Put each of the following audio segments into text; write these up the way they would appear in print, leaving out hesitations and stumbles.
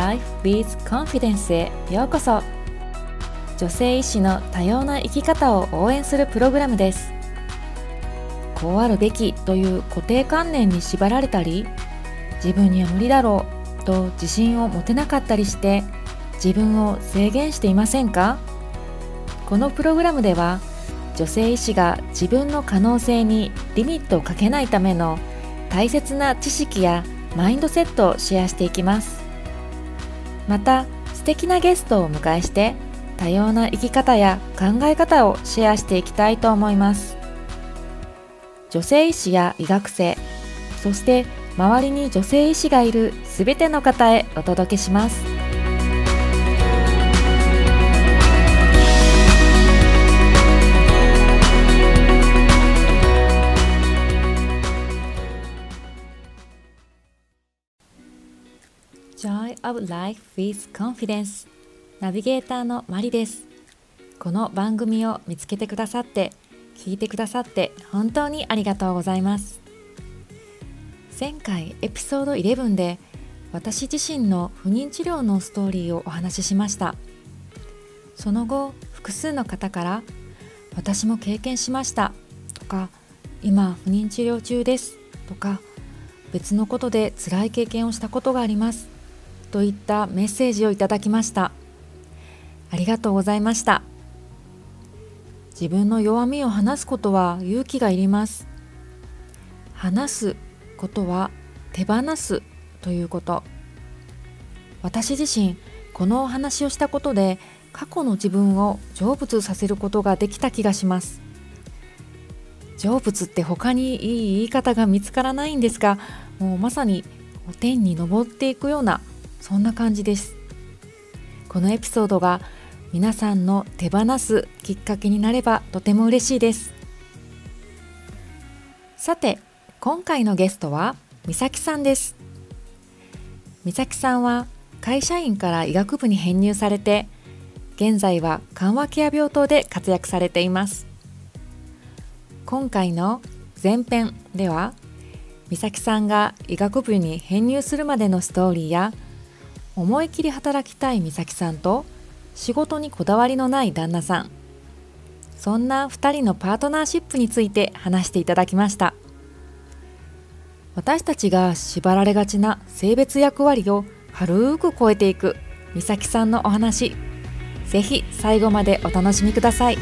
Life with Confidence へようこそ。女性医師の多様な生き方を応援するプログラムです。こうあるべきという固定観念に縛られたり、自分には無理だろうと自信を持てなかったりして自分を制限していませんか？このプログラムでは女性医師が自分の可能性にリミットをかけないための大切な知識やマインドセットをシェアしていきます。また素敵なゲストをお迎えして多様な生き方や考え方をシェアしていきたいと思います。女性医師や医学生、そして周りに女性医師がいるすべての方へお届けします。Joy of Life with Confidence ナビゲーターのマリです。この番組を見つけてくださって聞いてくださって本当にありがとうございます。前回エピソード11で私自身の不妊治療のストーリーをお話ししました。その後複数の方から私も経験しましたとか、今不妊治療中ですとか、別のことで辛い経験をしたことがありますといったメッセージをいただきました。ありがとうございました。自分の弱みを話すことは勇気がいります。話すことは手放すということ。私自身このお話をしたことで過去の自分を成仏させることができた気がします。成仏って他にいい言い方が見つからないんですが、もうまさに天に昇っていくようなそんな感じです。このエピソードが皆さんの手放すきっかけになればとても嬉しいです。さて、今回のゲストは美咲さんです。美咲さんは会社員から医学部に編入されて、現在は緩和ケア病棟で活躍されています。今回の前編では、美咲さんが医学部に編入するまでのストーリーや、思い切り働きたい美咲さんと仕事にこだわりのない旦那さん、そんな2人のパートナーシップについて話していただきました。私たちが縛られがちな性別役割を軽く超えていく美咲さんのお話、ぜひ最後までお楽しみください。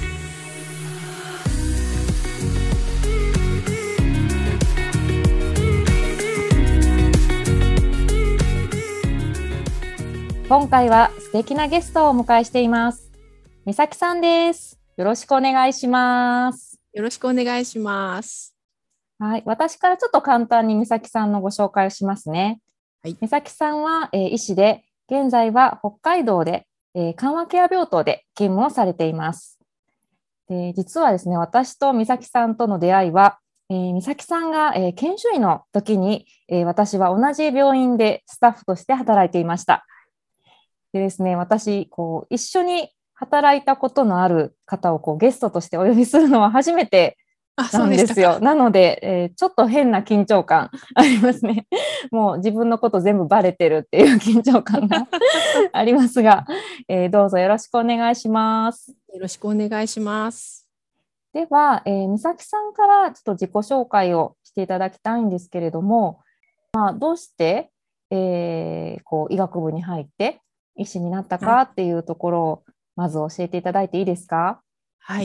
今回は素敵なゲストをお迎えしています。美咲さんです。よろしくお願いします。 よろしくお願いします。 はい、私からちょっと簡単に美咲さんのご紹介をしますね。 はい、 美咲さんは、医師で、現在は北海道で、緩和ケア病棟で勤務をされています。で、実はですね、私と美咲さんとの出会いは、美咲さんが、研修医の時に、私は同じ病院でスタッフとして働いていました。でですね、私一緒に働いたことのある方をゲストとしてお呼びするのは初めてなんですよ。なので、ちょっと変な緊張感ありますね。もう自分のこと全部バレてるっていう緊張感がありますが、どうぞよろしくお願いします。 よろしくお願いします。 では、美咲さんからちょっと自己紹介をしていただきたいんですけれども、どうして、医学部に入って医師になったかっていうところをまず教えていただいていいですか？ はい。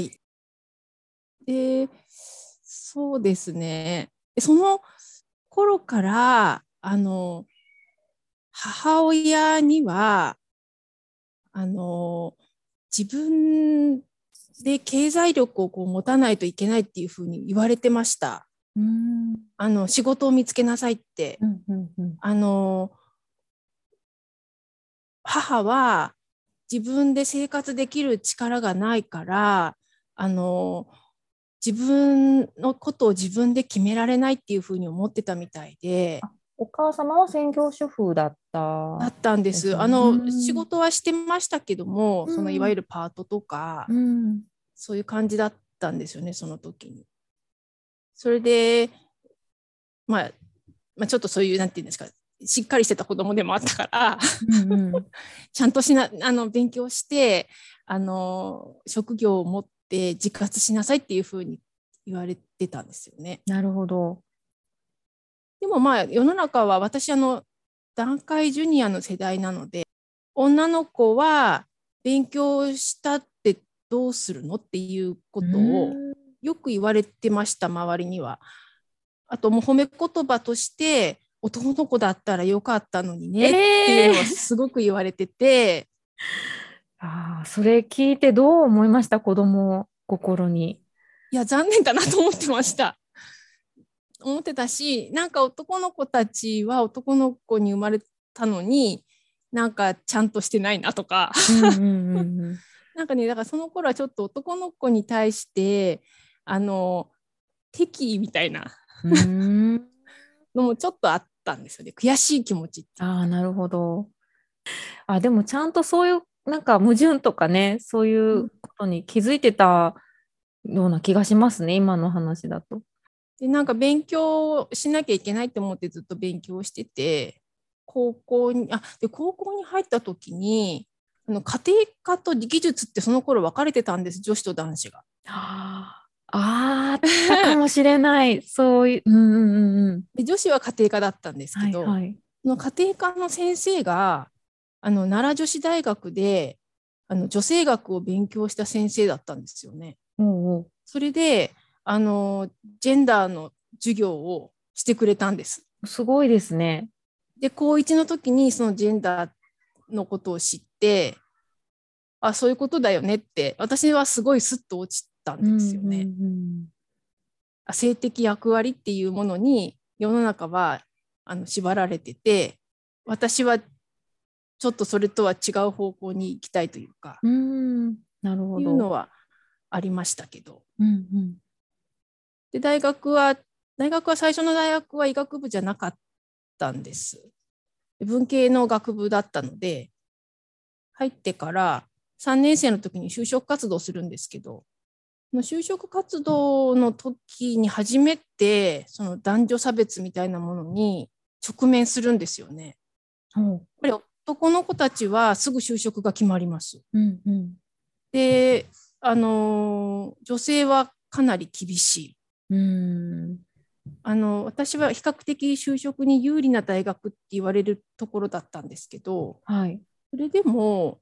そうですね。その頃から母親には自分で経済力を持たないといけないっていうふうに言われてました。仕事を見つけなさいって。母は自分で生活できる力がないから自分のことを自分で決められないっていうふうに思ってたみたいで。 お母様は専業主婦だったんです。仕事はしてましたけども、そのいわゆるパートとか、そういう感じだったんですよね、その時に。それで、ちょっとそういうなんていうんですか、 しっかりしてた子供でもあったから、 うんうん、 ちゃんと勉強して職業を持って自活しなさいっていうふうに言われてたんですよね。 なるほど。 でもまあ世の中は私団塊ジュニアの世代なので、女の子は勉強したってどうするのっていうことをよく言われてました、周りには。あともう褒め言葉として男の子だったらよかったのにねっていうのはすごく言われてて、 ああ、それ聞いてどう思いました、子供心に。 いや残念だなと思ってました。思ってたし、なんか男の子たちは男の子に生まれたのになんかちゃんとしてないなとか、 うんうんうんうん、 なんかね、だからその頃はちょっと男の子に対して敵意みたいなうーん。 のもちょっとあったんですよね。悔しい気持ちっていうか。 ああ、なるほど。あ、でもちゃんとそういうなんか矛盾とかね、そういうことに気づいてたような気がしますね、今の話だと。 で、なんか勉強しなきゃいけないって思ってずっと勉強してて、高校に入った時に、家庭科と技術ってその頃分かれてたんです、女子と男子が。 ああ、あったかもしれない。そういう、うんうんうんうん。 で、女子は家庭科だったんですけど、 はいはい。 その家庭科の先生が、奈良女子大学で、女性学を勉強した先生だったんですよね。 おうおう、 それで、ジェンダーの授業をしてくれたんです。 すごいですね。 で、高1の時にそのジェンダーのことを知って、あ、そういうことだよねって、私はすごいスッと落ちたんうんですよね。 うん性的役割っていうものに世の中は縛られてて、私はちょっとそれとは違う方向に行きたいというか、 うん。なるほど。 いうのはありましたけど。 うんうん。 で、大学は最初の大学は医学部じゃなかったんです。文系の学部だったので、入ってから3年生の時に就職活動するんですけど、就職活動の時に初めてその男女差別みたいなものに直面するんですよね。やっぱり男の子たちはすぐ就職が決まります。 うんうん。 で、女性はかなり厳しい。 うん。 私は比較的就職に有利な大学って言われるところだったんですけど、 はい。 それでも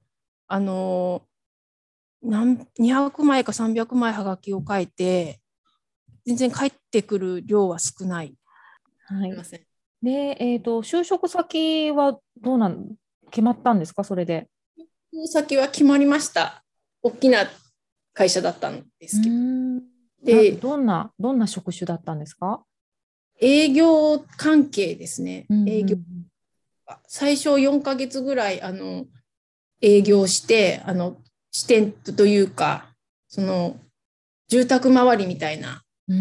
200枚か300枚はがきを書いて全然返ってくる量は少ない。 はい。 すいません。 で、就職先は決まったんですか、それで。 先は決まりました。大きな会社だったんでうすけど。 ん。 で、 どんな職種だったんですか？ 営業関係ですね。 うん営業。 うん最初4ヶ月ぐらい営業して支店というかその住宅周りみたいなうん。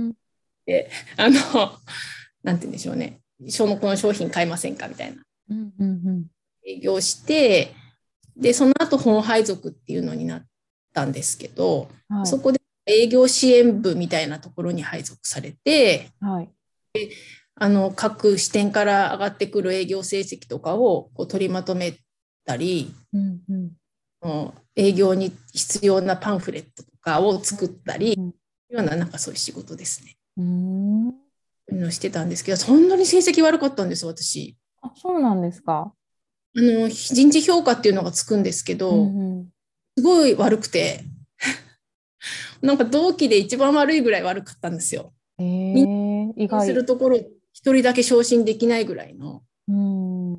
でなんて言うんでしょうね、この商品買いませんかみたいなうんうん営業して、でその後本配属っていうのになったんですけど、 うん。はい。 そこで営業支援部みたいなところに配属されて、 はい。 各支店から上がってくる営業成績とかをこう取りまとめたり、 うんうん。 営業に必要なパンフレットとかを作ったり、 うんようななんかそういう仕事ですね。 うん。 のしてたんですけど、そんなに成績悪かったんです、私。 あ、そうなんですか。 人事評価っていうのがつくんですけうど、 んうすごい悪くて、なんか同期で一番悪いぐらい悪かったんですよ。 ん。 みん意なする外。 ところ、一人だけ昇進できないぐらいの、 うん。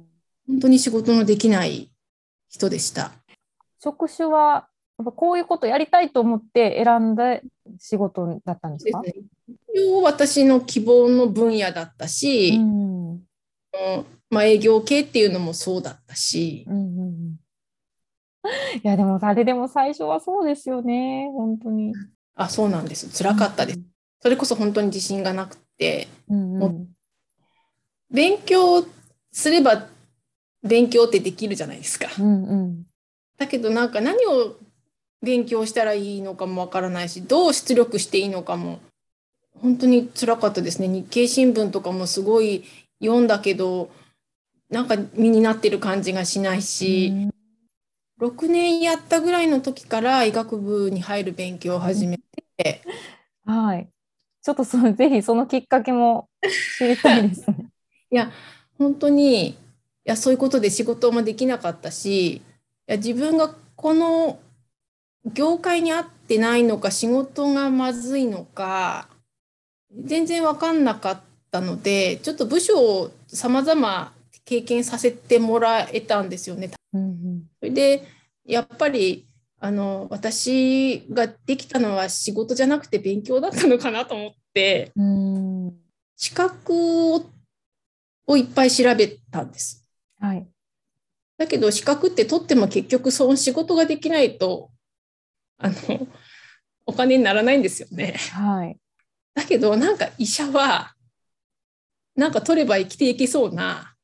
本当に仕事のできない人でした。 職種は、やっぱこういうことやりたいと思って選んだ仕事だったんですか？ ですね。一応私の希望の分野だったうし、 ん。 まあ、営業系っていうのもそうだったし、 うんうん。いや、でも、あれでも最初はそうですよね。本当に。 あ、そうなんです。 うん辛かったです。それこそ本当に自信がなくて、もううんうん。 勉強すれば勉強ってできるじゃないですか。 うんうん。 だけどなんか何を勉強したらいいのかもわからないし、どう出力していいのかも本当に辛かったですね。日経新聞とかもすごい読んだけど、 なんか身になってる感じがしないし、6年やったぐらいの時から医学部に入る勉強を始めて、 はい。ちょっとぜひそのきっかけも知りたいですね。 いや、本当に、いや、そういうことで仕事もできなかったし、いや、自分がこの業界に合ってないのか、仕事がまずいのか、全然わかんなかったので、ちょっと部署を様々経験させてもらえたんですよね。それで、やっぱり、私ができたのは仕事じゃなくて勉強だったのかなと思って、資格をいっぱい調べたんです。 はい。 だけど資格って取っても結局その仕事ができないとお金にならないんですよね。 はい。 だけどなんか医者はなんか取れば生きていけそうな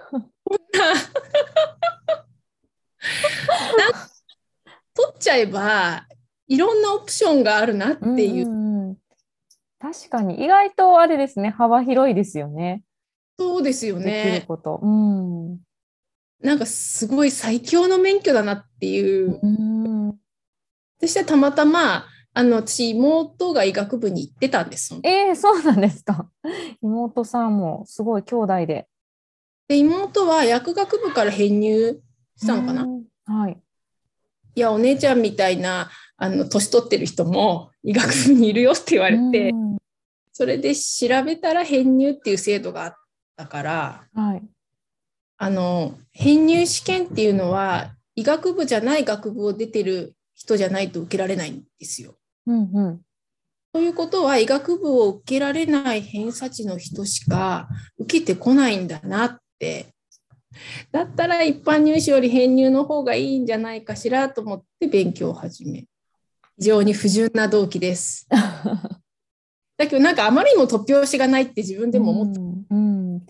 なんか取っちゃえばいろんなオプションがあるなっていう。 確かに意外とあれですね、幅広いですよね。 そうですよできるね。 こと。 なんかすごい最強の免許だなっていう。そしてたまたま私妹が医学部に行ってたんです。 そうなんですか。妹さんもすごい兄弟で。 で妹は薬学部から編入したのかな。 はい。 いやお姉ちゃんみたいな年取ってる人も医学部にいるよって言われて、それで調べたら編入っていう制度があったから、 はい、 編入試験っていうのは医学部じゃない学部を出てる人じゃないと受けられないんですよ。ということは医学部を受けられない偏差値の人しか受けてこないんだなって。だったら一般入試より編入の方がいいんじゃないかしらと思って勉強を始め、非常に不純な動機です。だけどなんかあまりにも突拍子がないって自分でも思った。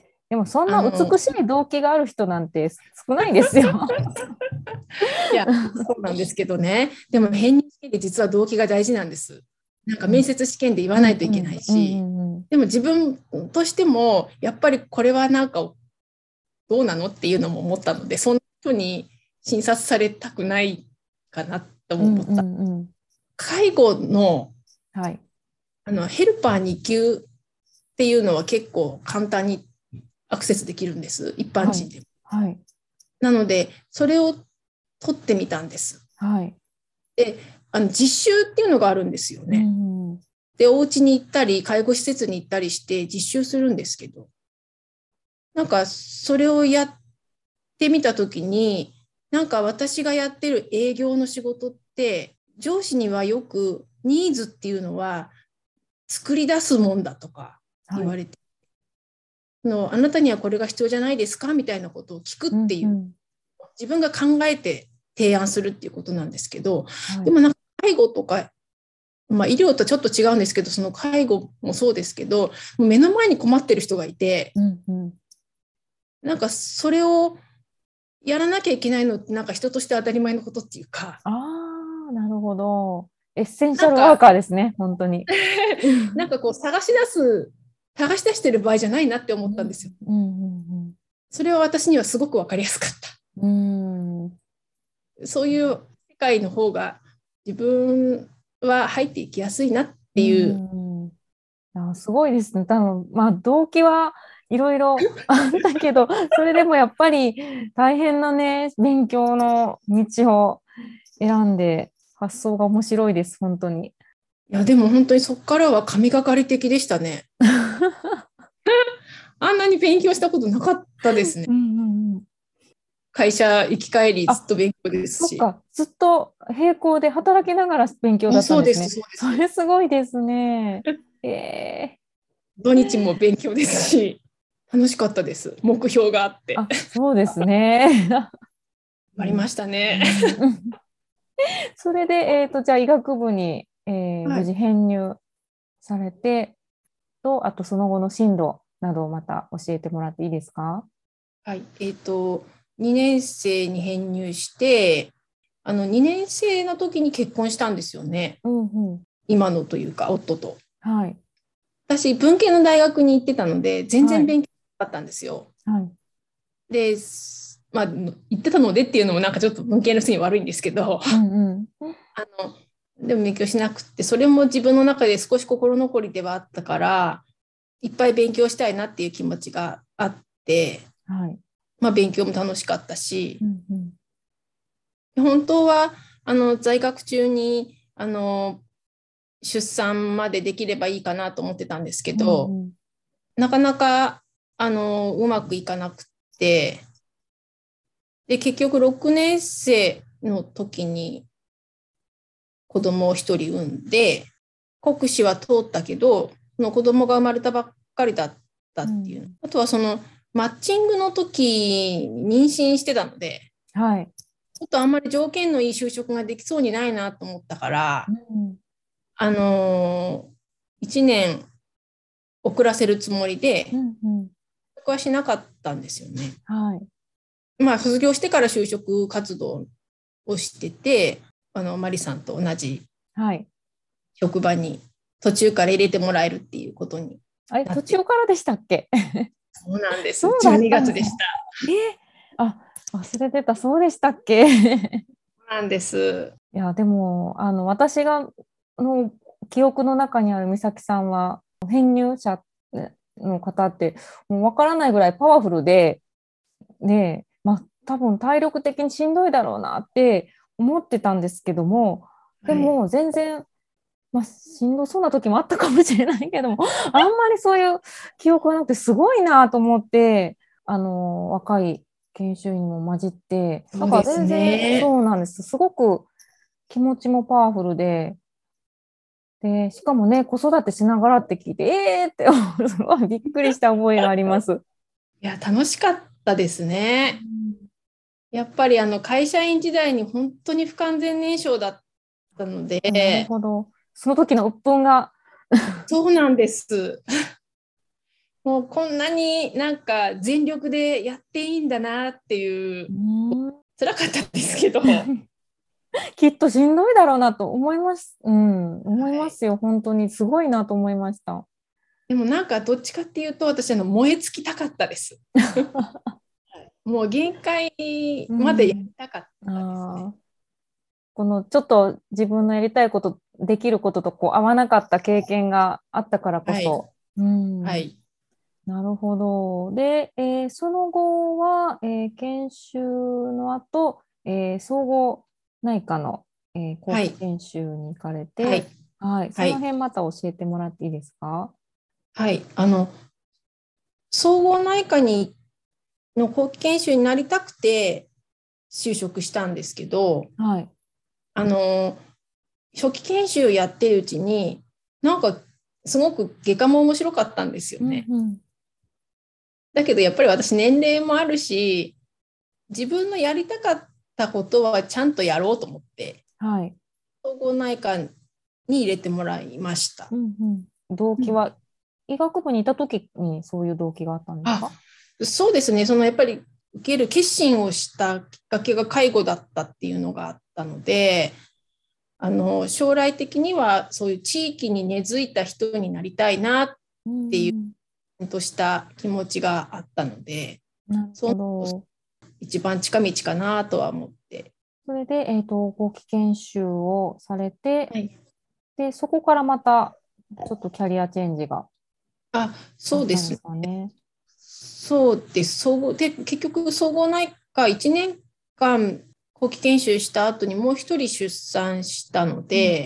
でもそんな美しい動機がある人なんて少ないですよ。 いや、そうなんですけどね。でも編入試験で実は動機が大事なんです。なんか面接試験で言わないといけないし、でも自分としてもやっぱりこれはなんかどうなのっていうのも思ったので、そんな人に診察されたくないかなと思った。介護の、 はい、 ヘルパー2級っていうのは結構簡単にアクセスできるんです、一般人でも。 はい、 なのでそれを取ってみたんです。 はい、 で実習っていうのがあるんですよね。でお家に行ったり介護施設に行ったりして実習するんですけど、なんかそれをやってみた時に、なんか私がやってる営業の仕事って上司にはよくニーズっていうのは作り出すもんだとか言われて、あなたにはこれが必要じゃないですかみたいなことを聞くっていう、自分が考えて提案するっていうことなんですけど、でもなんか介護とか、医療とちょっと違うんですけど、その介護もそうですけど、目の前に困ってる人がいて、なんかそれをやらなきゃいけないのってなんか人として当たり前のことっていうか。 なるほど。エッセンシャルワーカーですね、本当に。 なんかこう探し出してる場合じゃないなって思ったんですよ。それは私にはすごく分かりやすかった。そういう世界の方が自分は入っていきやすいなっていう。 すごいですね。多分動機はいろいろあったけど、それでもやっぱり大変なね、勉強の道を選んで、発想が面白いです、本当に。 いや、でも本当にそこからは神がかり的でしたね。あんなに勉強したことなかったですね。会社行き帰りずっと勉強ですし。 そっか、ずっと並行で働きながら勉強だったんですね。それすごいですね。 土日も勉強ですし、楽しかったです。目標があって。 そうですね。 ありましたね。 それで、じゃあ医学部に、無事編入されて、あとその後の進路などをまた教えてもらっていいですか？ はい、2年生に編入して、2年生の時に結婚したんですよね。今のというか、夫と。 はい。 私、文系の大学に行ってたので、全然勉強なかったんですよ。 で、まあ、言ってたのでっていうのもなんかちょっと文系の人に悪いんですけど、でも勉強しなくて、それも自分の中で少し心残りではあったから、いっぱい勉強したいなっていう気持ちがあって、まあ、勉強も楽しかったし、本当は在学中に出産までできればいいかなと思ってたんですけど、なかなかうまくいかなくて、で結局6年生の時に子供を1人産んで、国試は通ったけど、その子供が生まれたばっかりだったっていう、あとはそのマッチングの時に妊娠してたので、ちょっとあんまり条件のいい就職ができそうにないなと思ったから、1年遅らせるつもりで、僕はしなかったんですよね。まあ、卒業してから就職活動をしてて、マリさんと同じ職場に途中から入れてもらえるっていうことになって。 途中からでしたっけ？ そうなんです。12月でした。 忘れてた。そうでしたっけ？ そうなんです。 いや、でも私が記憶の中にある美咲さんは、編入者の方ってもう分からないぐらいパワフルで、まあ、多分体力的にしんどいだろうなって思ってたんですけども、でも全然、まあ、しんどそうな時もあったかもしれないけども、あんまりそういう記憶がなくてすごいなと思って、若い研修医にも混じって、だから全然そうなんです。すごく気持ちもパワフルで、しかもね、子育てしながらって聞いて、ってすごいびっくりした覚えがあります。 いや、楽しかったですね。やっぱり会社員時代に本当に不完全燃焼だったので。 なるほど。その時の鬱憤が。 そうなんです。もうこんなになんか全力でやっていいんだなっていう、辛かったんですけど。 きっとしんどいだろうなと思います。思いますよ。本当にすごいなと思いました。 でもなんかどっちかっていうと、私燃え尽きたかったです。もう限界までやりたかったですね。 このちょっと自分のやりたいこと、できることと合わなかった経験があったからこそ。なるほど。で、その後は、研修の後、総合内科の、後期研修に行かれて、その辺また教えてもらっていいですか？ 総合内科の後期研修になりたくて就職したんですけど、初期研修やってるうちに、なんかすごく外科も面白かったんですよね。だけどやっぱり私年齢もあるし、自分のやりたかったことはちゃんとやろうと思って、総合内科に入れてもらいました。 動機は、医学部にいた時にそういう動機があったんですか？ そうですね。やっぱり受ける決心をしたきっかけが介護だったっていうのがあったので、将来的にはそういう地域に根付いた人になりたいなっていうとした気持ちがあったので、一番近道かなとは思って。 それで、後期研修をされて、でそこからまたちょっとキャリアチェンジがそうですね。そうです。結局総合内科1年間後期研修した後にもう一人出産したので、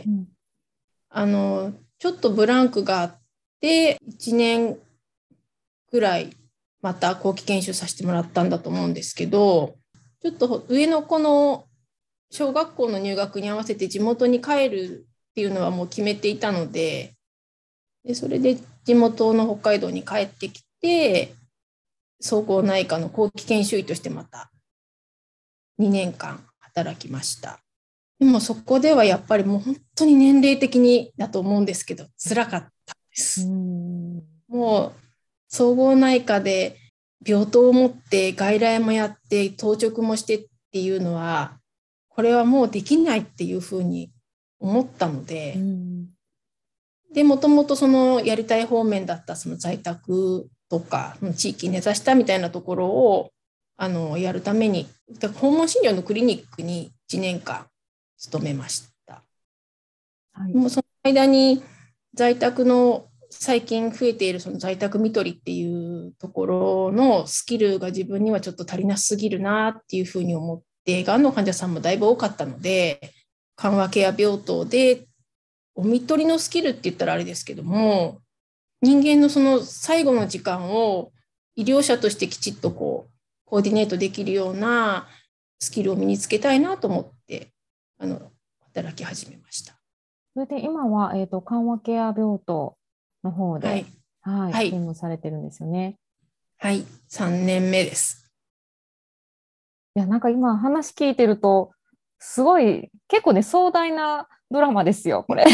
ちょっとブランクがあって1年ぐらいまた後期研修させてもらったんだと思うんですけど、ちょっと上の子の小学校の入学に合わせて地元に帰るっていうのはもう決めていたので、それで地元の北海道に帰ってきて、総合内科の後期研修医としてまた2年間働きました。でもそこではやっぱりもう本当に年齢的にだと思うんですけど、辛かったです。もう総合内科で病棟を持って外来もやって当直もしてっていうのは、これはもうできないっていうふうに思ったので、でもともとそのやりたい方面だったその在宅とか地域に根ざしたみたいなところをやるために、訪問診療のクリニックに1年間勤めました。 はい、 もうその間に在宅の最近増えているその在宅看取りっていうところのスキルが自分にはちょっと足りなすぎるなっていうふうに思って、がんの患者さんもだいぶ多かったので、緩和ケア病棟でお看取りのスキルって言ったらあれですけども、人間のその最後の時間を医療者としてきちっとコーディネートできるようなスキルを身につけたいなと思って働き始めました。 それで今は、緩和ケア病棟の方で、 はいはい、 はい、 勤務されてるんですよね。 はい、3年目です。 いや、なんか今話聞いてると、すごい、結構ね、壮大なドラマですよ、これ。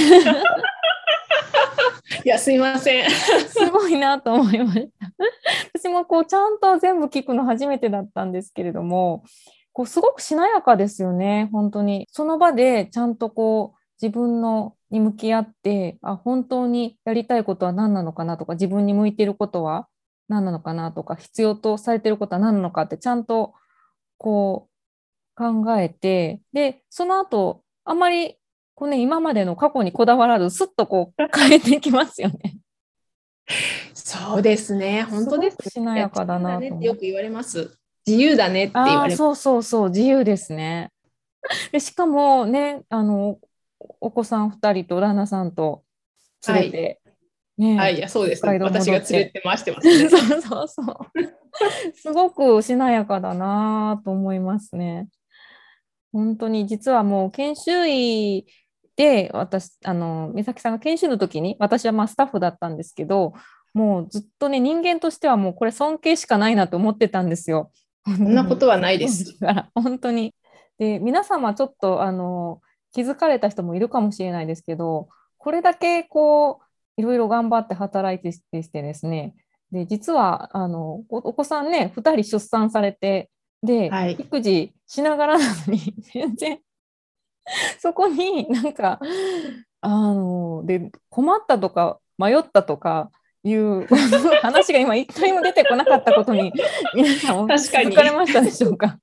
いや、すいません。 すごいなと思いました。私もちゃんと全部聞くの初めてだったんですけれども、すごくしなやかですよね、本当に。その場でちゃんと自分に向き合って、本当にやりたいことは何なのかなとか、自分に向いていることは何なのかなとか、必要とされていることは何なのかってちゃんと考えて、で、その後、あんまり今までの過去にこだわらず、すっと変えていきますよね。 そうですね、本当です。 すごくしなやかだなと思自由だねってよく言われます。自由だねって言われます。 そうそうそう、自由ですね。で、しかもね、お子さん2人と旦那さんと連れて、 はい、いや、そうです。 北海道私が連れて回してますね。 そうそうそう。すごくしなやかだなと思いますね。本当に、実はもう研修医で、私、美咲さんが研修の時に、私はスタッフだったんですけど、もうずっとね、人間としてはもうこれ尊敬しかないなと思ってたんですよ。 そんなことはないです。 本当に。で、皆様ちょっと気づかれた人もいるかもしれないですけど、これだけいろいろ頑張って働いてしてですね、で、実はお子さんね、2人出産されて、で、 はい、 育児しながらなのに、全然そこになんか、で、困ったとか迷ったとかいう話が今一回も出てこなかったことに、皆さんも気づかれましたでしょうか。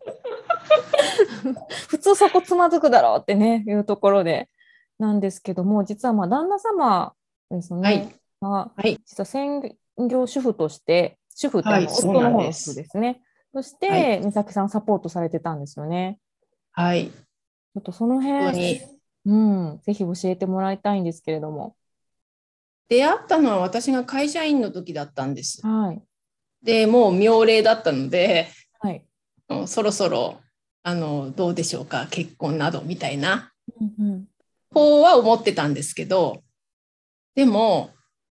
普通そこつまずくだろうってね、いうところでなんですけども、実は旦那様ですね、 はい、 実は専業主婦として、主婦ってはい、 夫の方の主婦ですね。そしはい、 て、美咲さんサポートされてたんですよね。 はい。 ちょっとその辺、ぜひ教えてもらいたいんですけれども。 出会ったのは私が会社員の時だったんです。 はい。 で、もう妙齢だったので、 はい。 そろそろどうでしょうか、結婚などみたいな、 うは思ってたんですけど、でも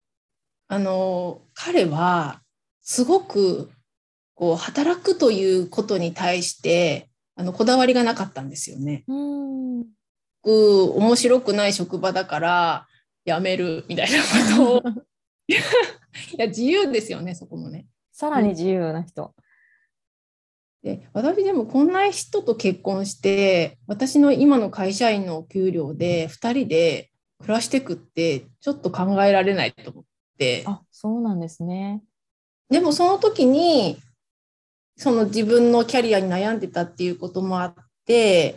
彼はすごく働くということに対してこだわりがなかったんですよね。面白くない職場だから辞めるみたいなことをいや自由ですよね、そこもね。 さらに自由な人。 で、私でもこんな人と結婚して私の今の会社員のお給料で2人で暮らしていくってちょっと考えられないと思って。 そうなんですね。 でもその時にその自分のキャリアに悩んでたっていうこともあって、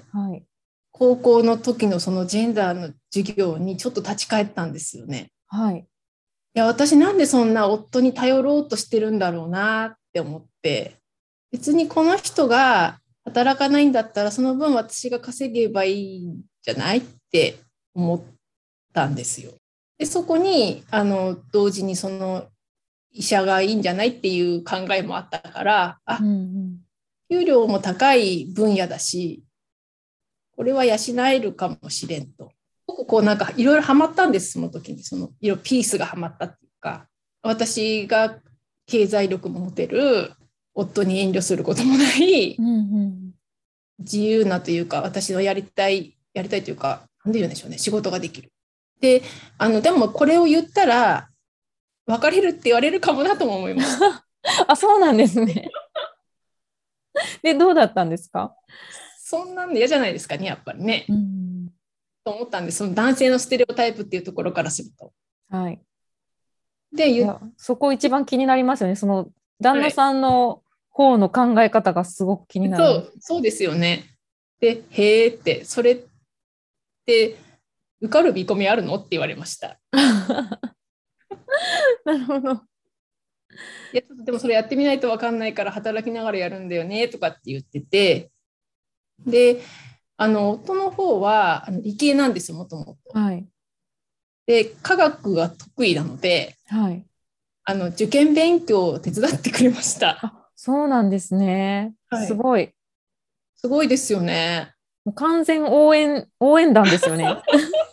はい、 高校の時のそのジェンダーの授業にちょっと立ち返ったんですよね。 はい。 いや、私なんでそんな夫に頼ろうとしてるんだろうなって思って、別にこの人が働かないんだったらその分私が稼げばいいんじゃないって思ったんですよ。で、そこに同時にその医者がいいんじゃないっていう考えもあったから、給料も高い分野だし、これは養えるかもしれんと。僕なんかいろいろハマったんです、その時に。いろいろピースがハマったっていうか、私が経済力も持てる、夫に遠慮することもない、自由なというか、私のやりたいというか、なんで言うんでしょうね、仕事ができる。で、でもこれを言ったら、別れるって言われるかもなとも思います。 そうなんですね。で、どうだったんですか？ そんなん嫌じゃないですかね、やっぱりね。と思ったんです。その男性のステレオタイプっていうところからすると。 はい。 で、 そこ一番気になりますよね。その旦那さんの方の考え方がすごく気になる。 そうですよね。で、へーって、それって受かる見込みあるのって言われました。 なるほど。 いや、ちょっとでもそれやってみないと分かんないから働きながらやるんだよねとかって言ってて、で、夫の方は理系なんですよ、もともと。 はい。 で、科学が得意なので、 はい。 受験勉強を手伝ってくれました。 あ、そうなんですね。 はい。 すごい。 すごいですよね。 もう完全応援団ですよね。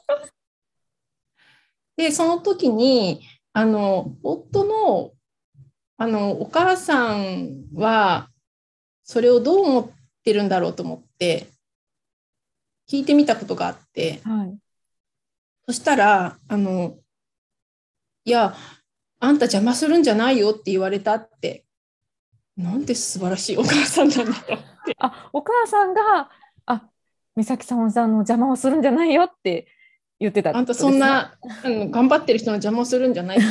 で、その時に、夫の、お母さんは、それをどう思ってるんだろうと思って、聞いてみたことがあって、 はい。 そしたら、いや、あんた邪魔するんじゃないよって言われたって、なんて素晴らしいお母さんなんだろう。 あ、お母さんが、美咲さんさんの邪魔をするんじゃないよって言ってたってあんたことですね。 そんな、頑張ってる人の邪魔をするんじゃないって、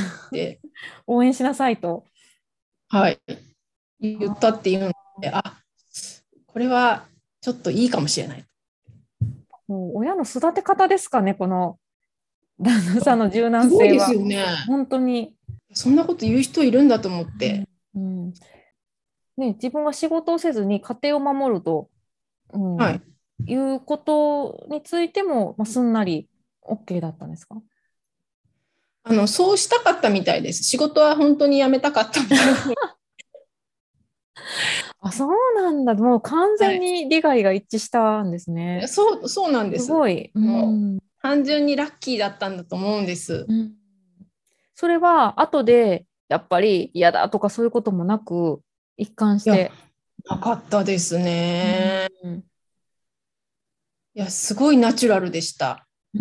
応援しなさいと。 はい、言ったっていうので、これはちょっといいかもしれない。 もう親の育て方ですかね、この旦那さんの柔すごい軟性は。 ですよね。 本当に。 そんなこと言う人いるんだと思っうん。 て。 うんね、自分が仕事をせずに家庭を守ると、うん、 はい。 いうことについても、すんなり OK だったんですか？ そうしたかったみたいです。仕事は本当に辞めたかったみたいなの。 あ、そうなんだ。もう完はい。 全に利害が一致したんですね。 そうなんですす。 ごい。うもうん。 単純にラッキーだったんだと思うんです。 うん。それは後でやっぱり嫌だとかそういうこともなく一貫しいや、 て。 なかったですうね。 ん。 いや、すごいナチュラルでした。 うん。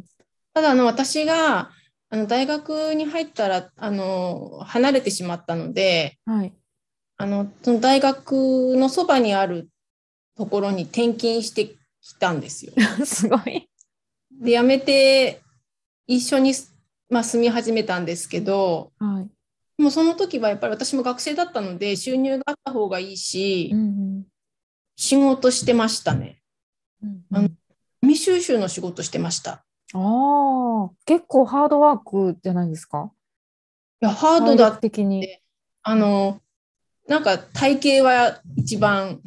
ただ、私が大学に入ったら離れてしまったので、 はい。 その大学のそばにあるところに転勤してきたんですよ。 すごい。 で、辞めて一緒に、住み始めたんですけど、 はい。 もうその時はやっぱり私も学生だったので収入があった方がいいし、 うんうん仕事してましたね。あの、 うんうん。 ゴミ収集の仕事してました。 ああ、結構ハードワークじゃないですか。 いや、ハード体力だっ的に。 て、なんか体型は一番、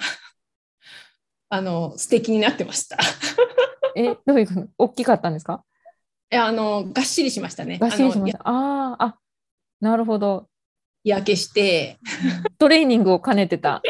素敵になってました。 どういうふう大きかったんですか？ いや、がっしりしましたね。 がっしりしました。なるほど。 日焼けして、 トレーニングを兼ねてた。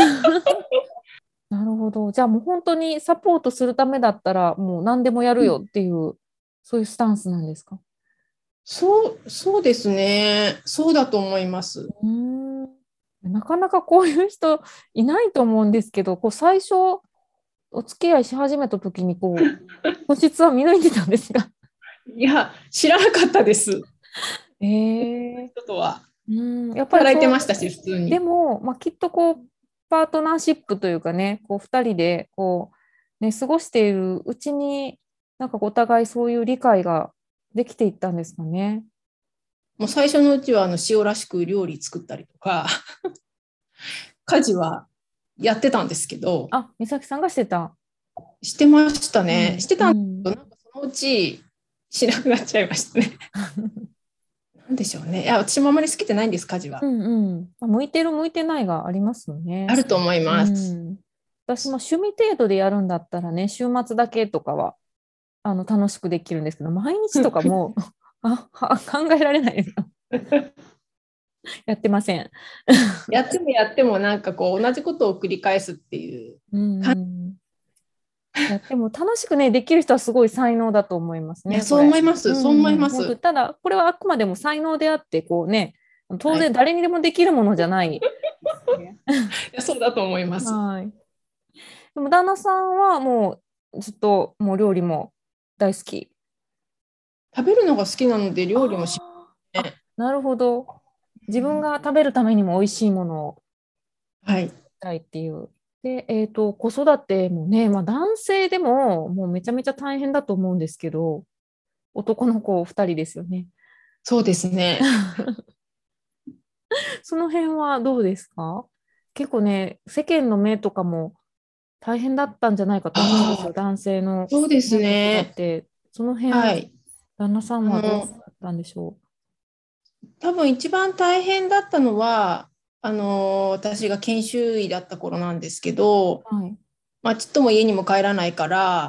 なるほど。じゃあもう本当にサポートするためだったらもう何でもやるよっていう、そういうスタンスなんですか？ そうですね。そうだと思います。 うーん。なかなかこういう人いないと思うんですけど、最初お付き合いし始めた時に本質は見抜いてたんですが。 いや、知らなかったです。 ええ。 人とは。 やっぱり働いてましたし、普通に。 でも、きっとパートナーシップというかね、2人でね、過ごしているうちに、なんかお互いそういう理解ができていったんですかね。 もう最初のうちは塩らしく料理作ったりとか、家事はやってたんですけど、 あ、美咲さんがしてた。 してましたね。 はい。 してたんですうん。 けど、なんかそのうちしなくなっちゃいましたね。なんでしょうね。いや、私もあまり好きじゃないんです、家事は。 うんうん。向いてる向いてないがありますよね。 あると思いうます。 ん。私も趣味程度でやるんだったらね、週末だけとかは楽しくできるんですけど、毎日とかもう考えられないです。やってません。 やってもなんかこう同じことを繰り返すっていううん感うん。いや、でも楽しくね、できる人はすごい才能だと思いますじ。いや、 ね、こそう思れ。 います。そう思いうん、本当ます。 ただ、これはあくまでも才能であって、当はい。 然誰にでもできるものじゃないですね。 いや、そうだと思います。 はい。でも、旦那さんはもうずっともう料理も大好き。 食べるのが好きなので料理もしますね。 なるほど。自分が食べるためにも美味しいものをはい。 たいっていう。で、子育てもね、男性でももうめちゃめちゃ大変だと思うんですけど、男の子2人ですよね。 そうですね。 その辺はどうですか？ 結構ね、世間の目とかも大変だったんじゃないかと思うんですよ。男性の、 そうです子育ね。 て。その辺、 はい。 旦那さんはどうだったんでしょ多分一番大変だったのは、私が研修医だった頃なんですけど、 う？はい。 ちっとも家にも帰らないから、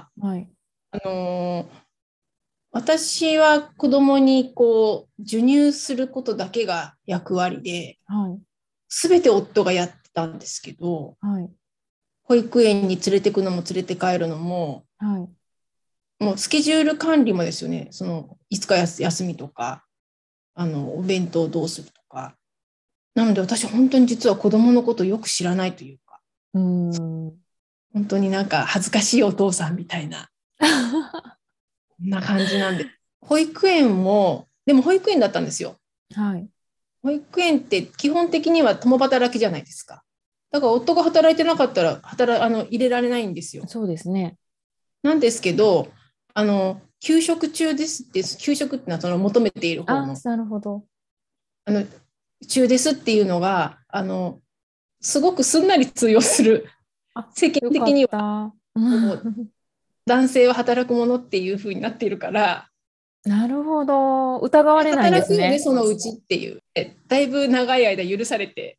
はい。 あのー私は子供にこう授乳することだけが役割で、 はい。 すべて夫がやってたんですけど、 はい。 保育園に連れてくのも連れて帰るのも、 はい。 もうスケジュール管理もですよね。いつか休みとか、お弁当どうするとか。なので私本当に実は子供のことをよく知らないというか、 うーん。 本当になんか恥ずかしいお父さんみたいな、そんな感じなんで。保育園も、でも保育園だったんですよ。 はい。 保育園って基本的には共働きじゃないですか。だから夫が働いてなかったら入れられないんですよ。 そうですね。 なんですけど、給食中ですって、給食ってのはその求めている方あ、 の、 なるほど。 あの中ですっていうのが、すごくすんなり通用する。 あ、 世間よか的にはった。 こう男性は働くものっていう風になっているから、 なるほど。疑われないんで働くよね、 すね。 そのうちっていう。だいぶ長い間許されて。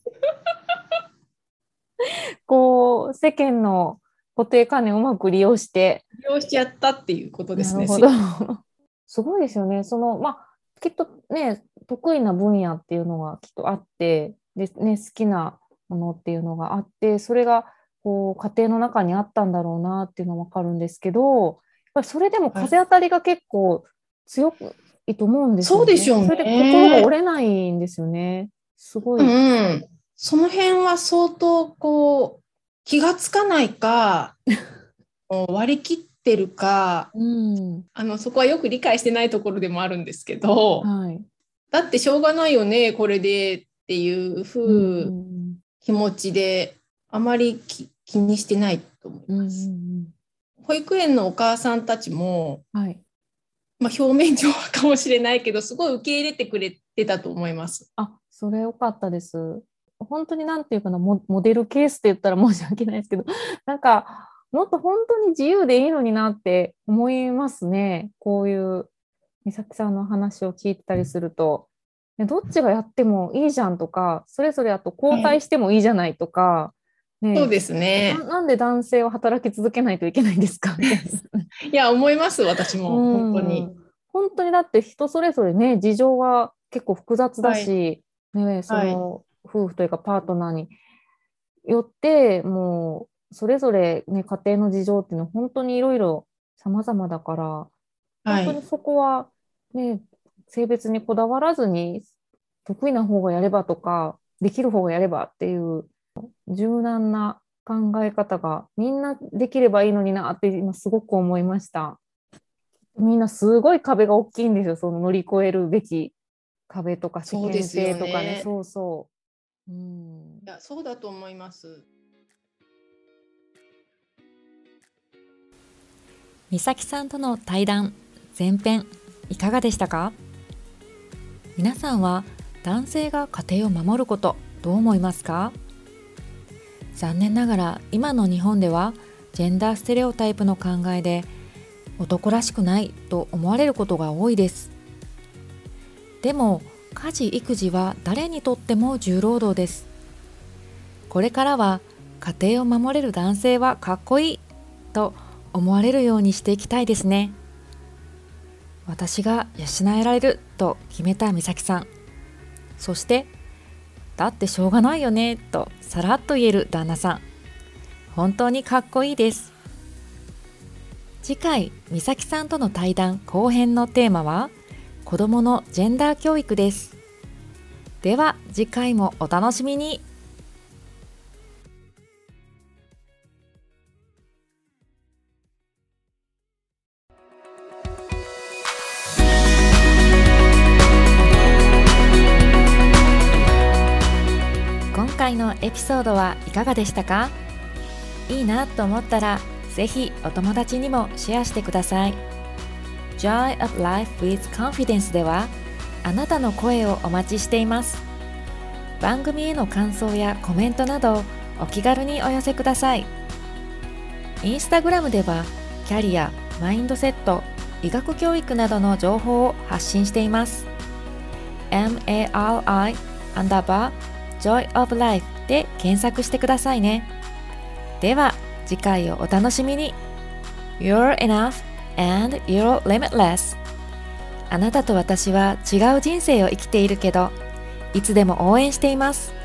こう、世間の固定観念をうまく利用して、 利用しちゃったっていうことですね。 なるほど。すごいですよね。きっとね、得意な分野っていうのがきっとあって、で、ね、好きなものっていうのがあって、それがこう家庭の中にあったんだろうなっていうのはわかるんですけど、やっぱりそれでもはい、 風当たりが結構強いと思うんですよね。 そうでしょうそれで心がね。 折れないんですよね。すごうい。 ん。その辺は相当こう、気がつかないか、割り切ってるか、 うん。 そこはよく理解してないところでもあるんですけど、 はい。 だってしょうがないよね、これでっていううんう風ん気持ちで、あまり気にしてないと思いうん。うんうます。 ん保育園のお母さんたちも、 うん。はい。 表面上はかもしれないけど、すごい受け入れてくれてたと思います。 あ、それ良かったです。本当になんていうかな、モデルケースって言ったら申し訳ないですけど、なんか、もっと本当に自由でいいのになって思いますね。こういう美咲さんの話を聞いてたりすると、どっちがやってもいいじゃんとか、それぞれあと交はい。 代してもいいじゃないとか、ね、 そうですね。 なんで男性は働き続けないといけないんですかみたいな。 いや、思います、私うも、本当に。 ん。本当にだって人それぞれね、事情が結構複雑だはい。 し、ね、そはい。 の夫婦というかパートナーによって、もうそれぞれね、家庭の事情っていうのは本当にいろいろ様々だから、本はい。 当にそこはね、性別にこだわらずに、得意な方がやればとか、できる方がやればっていう柔軟な考え方がみんなできればいいのになって今すごく思いました。みんなすごい壁が大きいんですよ。その乗り越えるべき壁とか世間そうですよ体とかね。 ね。 そうそう。うん。 いや、そうだと思います。 美咲さんとの対談前編いかがでしたか？皆さんは男性が家庭を守ることどう思いますか？残念ながら今の日本ではジェンダーステレオタイプの考えで男らしくないと思われることが多いです。でも家事育児は誰にとっても重労働です。これからは家庭を守れる男性はかっこいいと思われるようにしていきたいですね。私が養えられると決めた美咲さん、そしてだってしょうがないよねとさらっと言える旦那さん、本当にかっこいいです。次回美咲さんとの対談後編のテーマは子どものジェンダー教育です。では次回もお楽しみに。今回のエピソードはいかがでしたか？いいなと思ったらぜひお友達にもシェアしてください。Joy of Life with Confidence ではあなたの声をお待ちしています。 番組への感想やコメントなどをお気軽にお寄せください。インスタグラムではキャリア、マインドセット、医学教育などの情報を発信しています。MARI_Joy of Life で検索してくださいね。では次回をお楽しみに。 You're enough and you're limitless。 あなたと私は違う人生を生きているけど、いつでも応援しています。